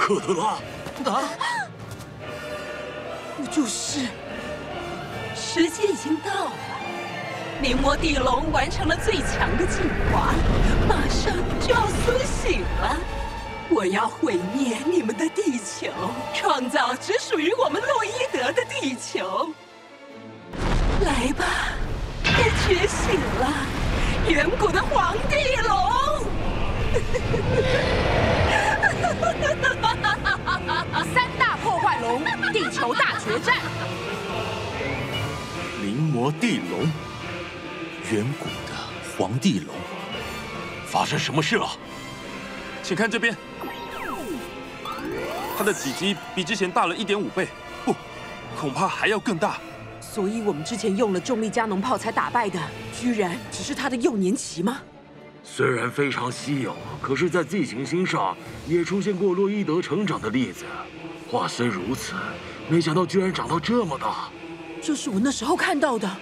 克特拉！ 啊！不就是？ 时机已经到了，灵魔地龙完成了最强的进化，马上就要苏醒了。我要毁灭你们的地球，创造只属于我们洛伊德的地球。来吧，该觉醒了，远古的皇帝龙！ 三大破坏龙，地球大决战。 灵魔地龙，远古的皇帝龙，发生什么事了？ 请看这边，它的体积比之前大了1.5倍，不，恐怕还要更大。 所以我们之前用了重力加农炮才打败的，居然只是它的幼年期吗？ 虽然非常稀有，可是，在 Z 行星上也出现过洛伊德成长的例子。话虽如此，没想到居然长到这么大。 这是我那时候看到的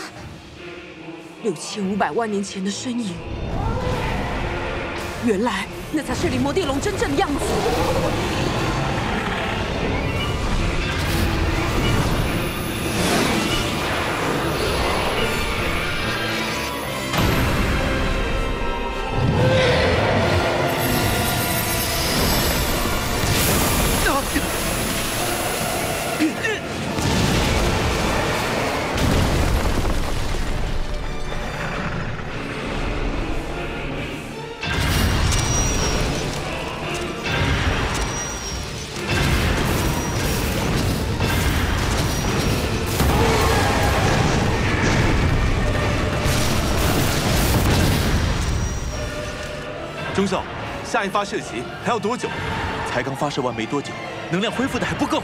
，6500万年前的身影。原来那才是灵魔地龙真正的样子。 中校，下一发射击还要多久？才刚发射完没多久，能量恢复的还不够。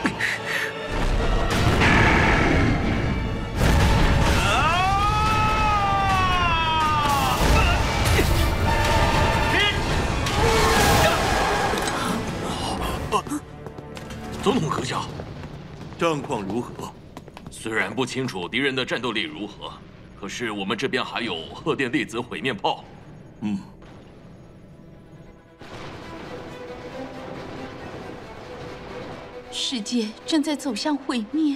总统阁下， 状况如何？ 虽然不清楚敌人的战斗力如何，可是我们这边还有荷电粒子毁灭炮。 世界正在走向毁灭，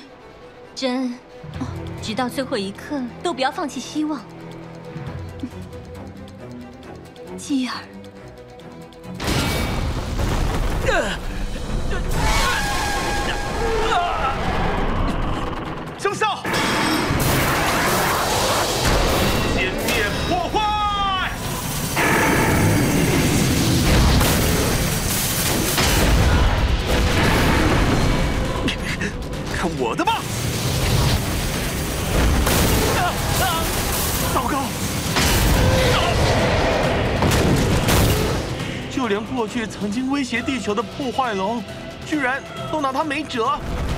直到最后一刻都不要放弃希望。基尔， 中校，歼灭破坏！看我的吧！糟糕！就连过去曾经威胁地球的破坏龙，居然都拿它没辙。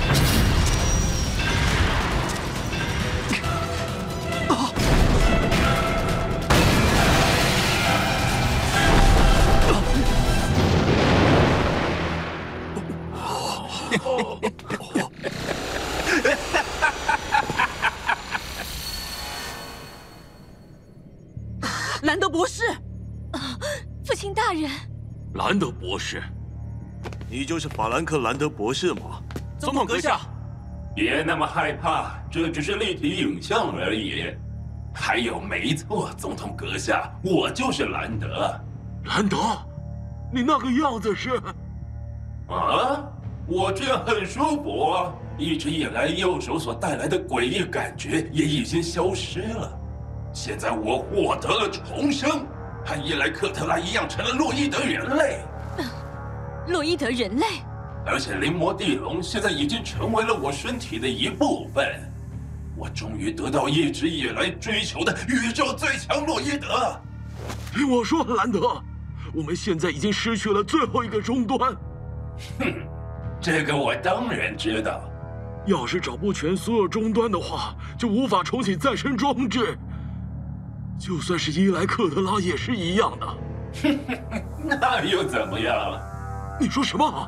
兰德博士， 父亲大人， 兰德博士， 你就是法兰克·兰德博士吗？ 总统阁下， 别那么害怕，这只是立体影像而已。还有，没错，总统阁下，我就是兰德。 兰德，你那个样子是…… 啊，我这样很舒服，一直以来右手所带来的诡异感觉也已经消失了。现在我获得了重生，和伊莱克特拉一样成了洛伊德人类。 洛伊德人类， 而且灵魔地龙现在已经成为了我身体的一部分。我终于得到一直以来追求的宇宙最强洛伊德。 听我说，兰德，我们现在已经失去了最后一个终端。 哼，这个我当然知道。 要是找不全所有终端的话，就无法重启再生装置。就算是伊莱克特拉也是一样的。 那又怎么样？ 你说什么？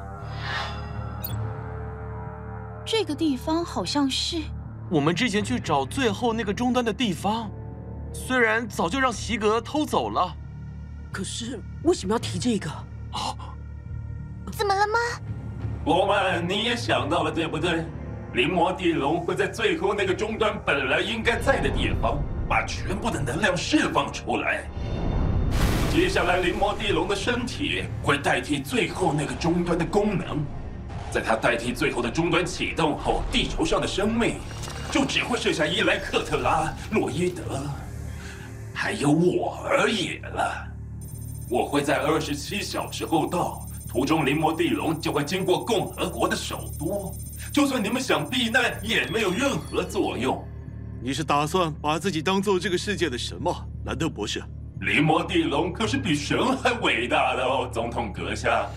这个地方好像是我们之前去找最后那个终端的地方，虽然早就让席格偷走了， 可是为什么要提这个？ 怎么了吗？ 伯曼，你也想到了对不对？灵魔地龙会在最后那个终端本来应该在的地方，把全部的能量释放出来。接下来，灵魔地龙的身体会代替最后那个终端的功能。在它代替最后的终端启动后，地球上的生命就只会剩下伊莱克特拉、洛伊德，还有我而已了。我会在27小时后到，途中灵魔地龙就会经过共和国的首都。就算你们想避难，也没有任何作用。 你是打算把自己当做这个世界的神吗，兰德博士？ 灵魔地龙可是比神还伟大的哦，总统阁下。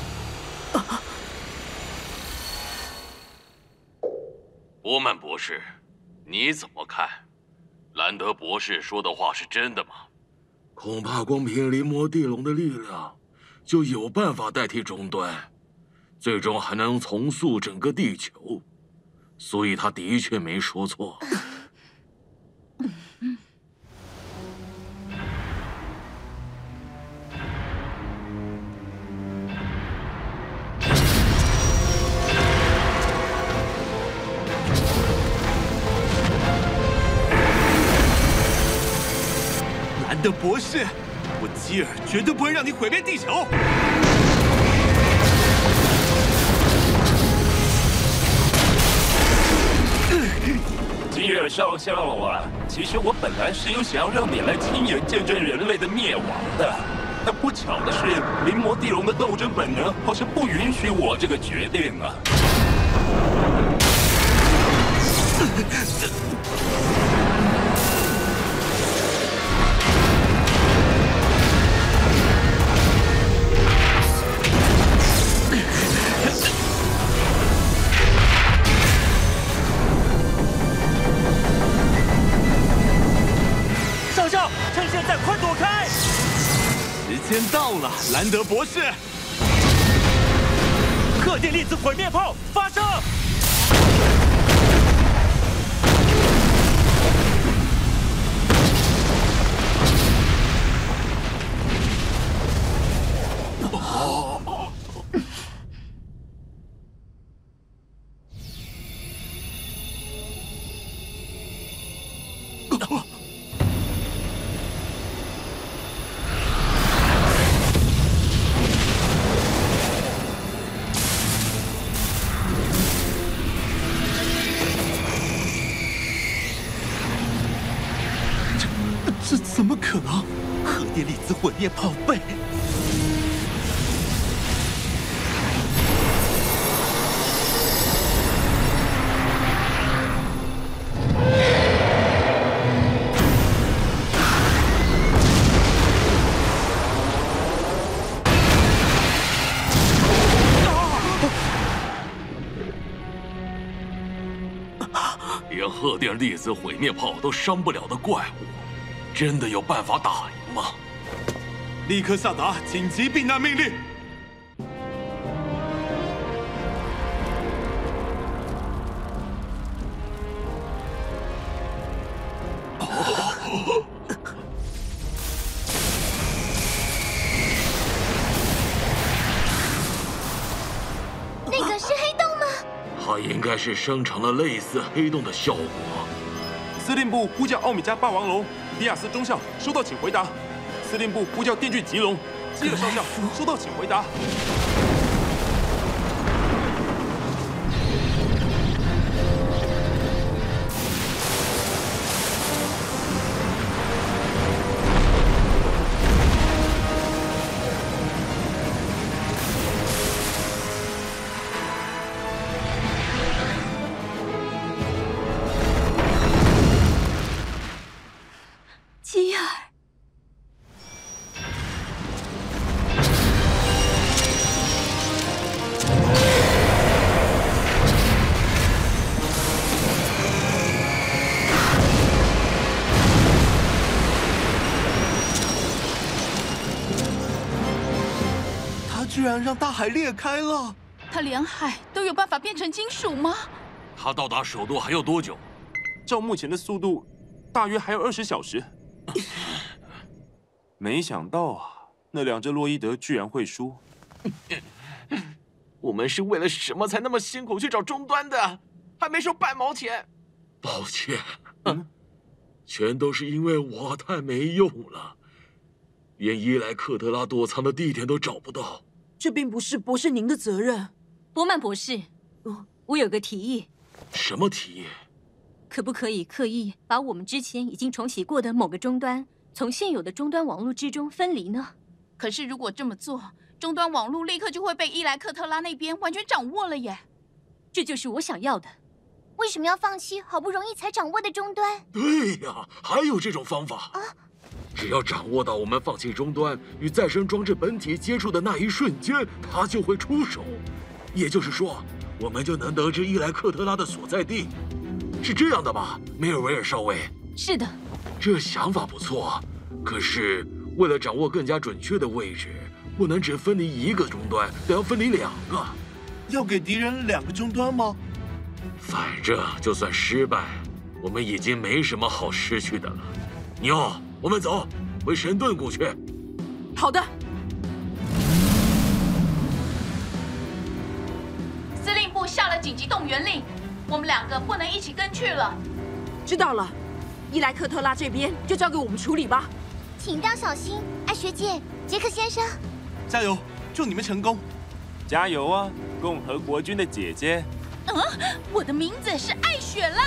伯曼博士，你怎么看？兰德博士说的话是真的吗？ 恐怕光凭灵魔地龙的力量，就有办法代替终端，最终还能重塑整个地球。所以他的确没说错。 兰德博士，我基尔绝对不会让你毁灭地球。 基尔少校啊，其实我本来是有想要让你来亲眼见证人类的灭亡的，但不巧的是，灵魔地龙的斗争本能好像不允许我这个决定啊。 趁现在快躲开！时间到了，兰德博士！核电粒子毁灭炮发射！这怎么可能？核电粒子毁灭炮被…… 连核电粒子毁灭炮都伤不了的怪物，真的有办法打赢吗？ 立刻下达紧急避难命令！ 那个是黑洞吗？ 它应该是生成了类似黑洞的效果。 司令部呼叫奥米加霸王龙，迪亚斯中校收到，请回答。司令部呼叫电锯棘龙，基尔少校收到，请回答。 基尔， 他居然让大海裂开了！ 他连海都有办法变成金属吗？ 他到达首都还要多久？ 照目前的速度，大约还有20小时。没想到啊，那2只洛伊德居然会输。 我们是为了什么才那么辛苦去找终端的？还没收半毛钱。 抱歉，全都是因为我太没用了，连伊莱克特拉躲藏的地点都找不到。 这并不是博士您的责任。 伯曼博士，我有个提议。 什么提议？ 可不可以刻意把我们之前已经重启过的某个终端，从现有的终端网络之中分离呢？ 可是如果这么做，终端网络立刻就会被伊莱克特拉那边完全掌握了耶。 这就是我想要的。 为什么要放弃好不容易才掌握的终端？ 对呀，还有这种方法啊！只要掌握到我们放弃终端与再生装置本体接触的那一瞬间，它就会出手。也就是说，我们就能得知伊莱克特拉的所在地。是这样的吧，梅尔维尔少尉？ 是的。 这想法不错，可是为了掌握更加准确的位置，不能只分离一个终端，得要分离2个。 要给敌人2个终端吗？ 反正就算失败，我们已经没什么好失去的了。妞，我们走，回神盾谷去。 好的。 司令部下了紧急动员令，我们2个不能一起跟去了。 知道了，伊莱克特拉这边就交给我们处理吧。 请一定要小心，艾学姐、杰克先生， 加油！祝你们成功！ 加油啊，共和国军的姐姐！ 我的名字是艾雪啦。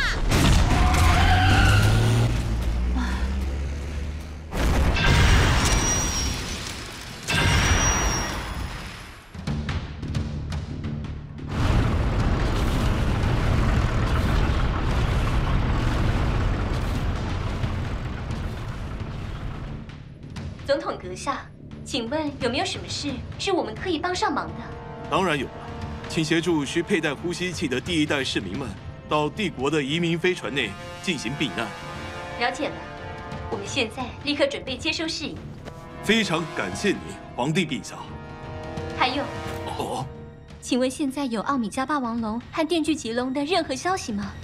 总统阁下，请问有没有什么事是我们可以帮上忙的？ 当然有了，请协助需佩戴呼吸器的第1代市民们到帝国的移民飞船内进行避难。 了解了，我们现在立刻准备接收事宜。 非常感谢你，皇帝陛下。 还有，请问现在有奥米加霸王龙和电锯棘龙的任何消息吗？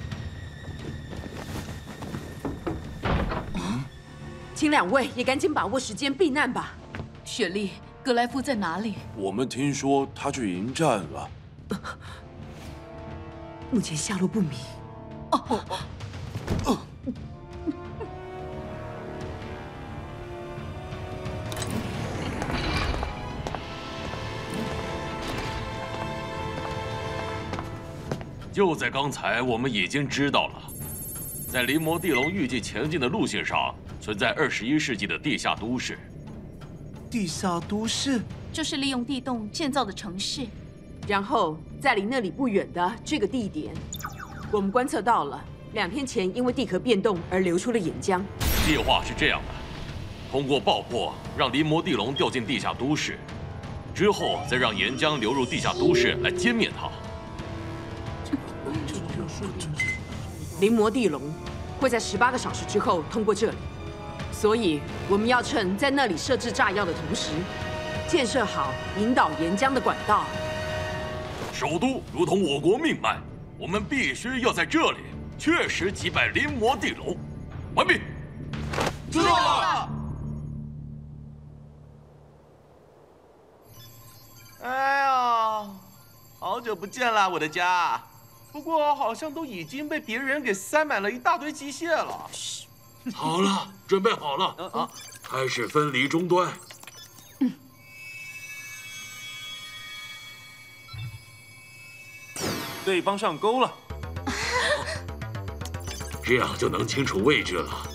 请2位也赶紧把握时间避难吧。 雪莉，格莱夫在哪里？ 我们听说他去迎战了， 目前下落不明。 就在刚才，我们已经知道了，在临摹地龙预计前进的路线上，存在21世纪的地下都市。 地下都市就是利用地洞建造的城市。 然后在离那里不远的这个地点，我们观测到了2天前因为地壳变动而流出的岩浆。 计划是这样的：通过爆破让临摹地龙掉进地下都市，之后再让岩浆流入地下都市来歼灭它。 临摹地龙会在18个小时之后通过这里，所以我们要趁在那里设置炸药的同时，建设好引导岩浆的管道。 首都如同我国命脉，我们必须要在这里确实击败临摹地龙。完毕。 知道了。 哎呀，好久不见了，我的家。不过好像都已经被别人给塞满了一大堆机械了。 好了，准备好了，开始分离终端。 对方上钩了， 这样就能清楚位置了。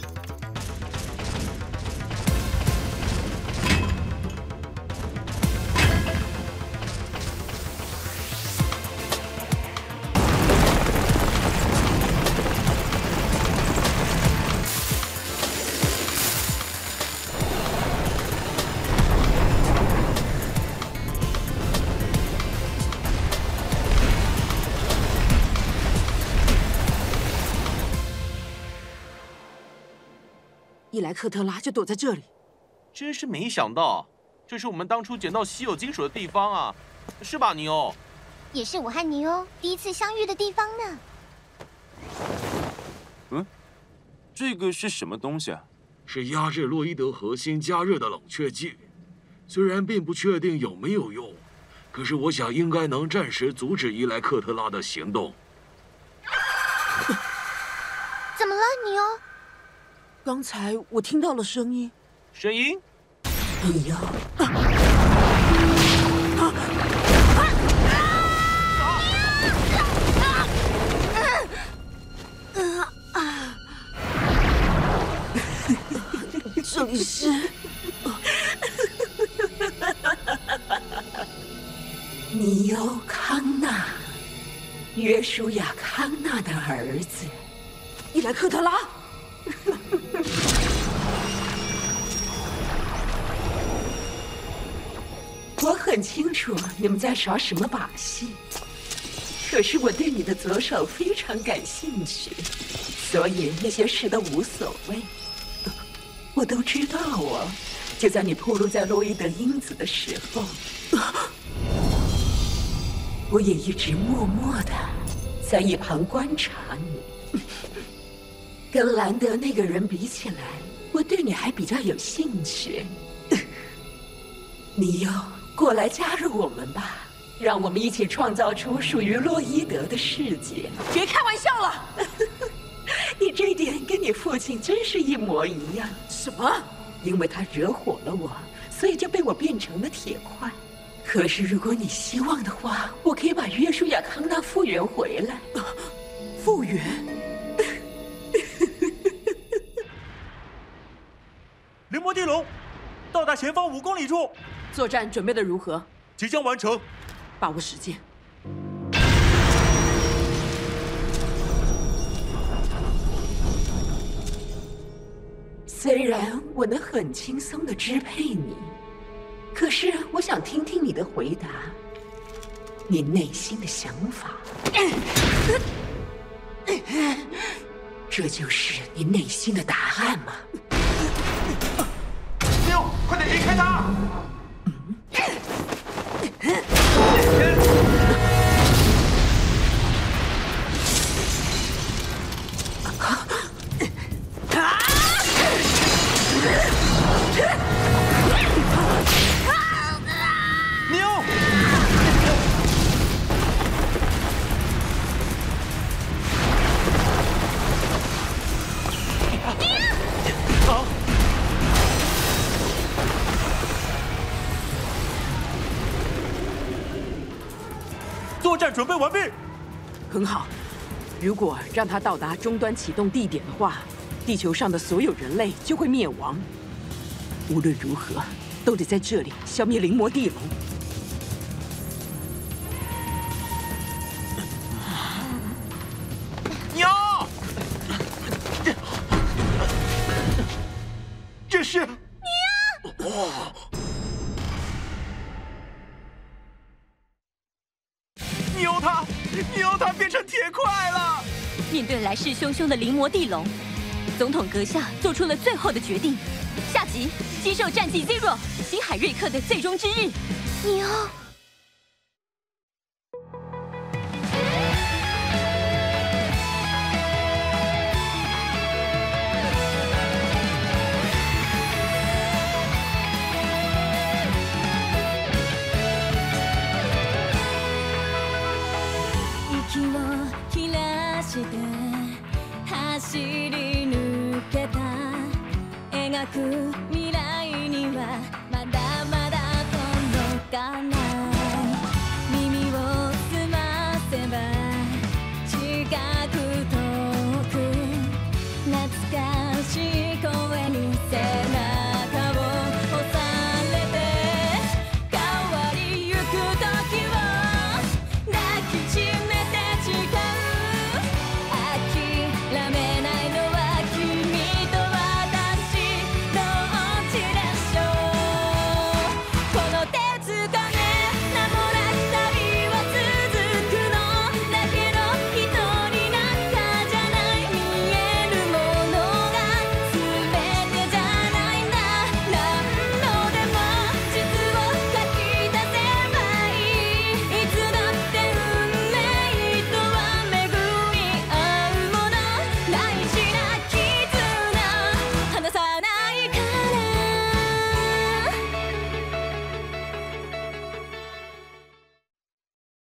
伊莱克特拉就躲在这里， 真是没想到，这是我们当初捡到稀有金属的地方啊，是吧，尼欧？ 也是我和尼欧第一次相遇的地方呢。 这个是什么东西啊？ 是压制洛伊德核心加热的冷却剂，虽然并不确定有没有用， 可是我想应该能暂时阻止伊莱克特拉的行动。 怎么了，尼欧？ 刚才我听到了声音。 声音？ 尼欧。 正是。 尼欧·康纳，约书亚·康纳的儿子， 伊莱克特拉。 我很清楚你们在耍什么把戏，可是我对你的左手非常感兴趣，所以那些事都无所谓。我都知道哦，就在你暴露在洛伊德因子的时候，我也一直默默的在一旁观察你。跟兰德那个人比起来，我对你还比较有兴趣。你要过来加入我们吧，让我们一起创造出属于洛伊德的世界。 别开玩笑了。 你这一点跟你父亲真是一模一样。 什么？ 因为他惹火了我，所以就被我变成了铁块。可是如果你希望的话，我可以把约书亚·康纳复原回来。 复原？ 灵魔地龙到达前方5公里处。 作战准备的如何？ 即将完成。 把握时间。 虽然我能很轻松地支配你，可是我想听听你的回答，你内心的想法。这就是你内心的答案吗？ 六，快点离开他！ 牛！作战准备完毕。 很好。如果让它到达终端启动地点的话，地球上的所有人类就会灭亡。无论如何，都得在这里消灭灵魔地龙。 鸟！这是哦。 牛它变成铁块了！ 面对来势汹汹的灵魔地龙，总统阁下做出了最后的决定。下集《激兽战记 Zero》星海瑞克的最终之日。 牛。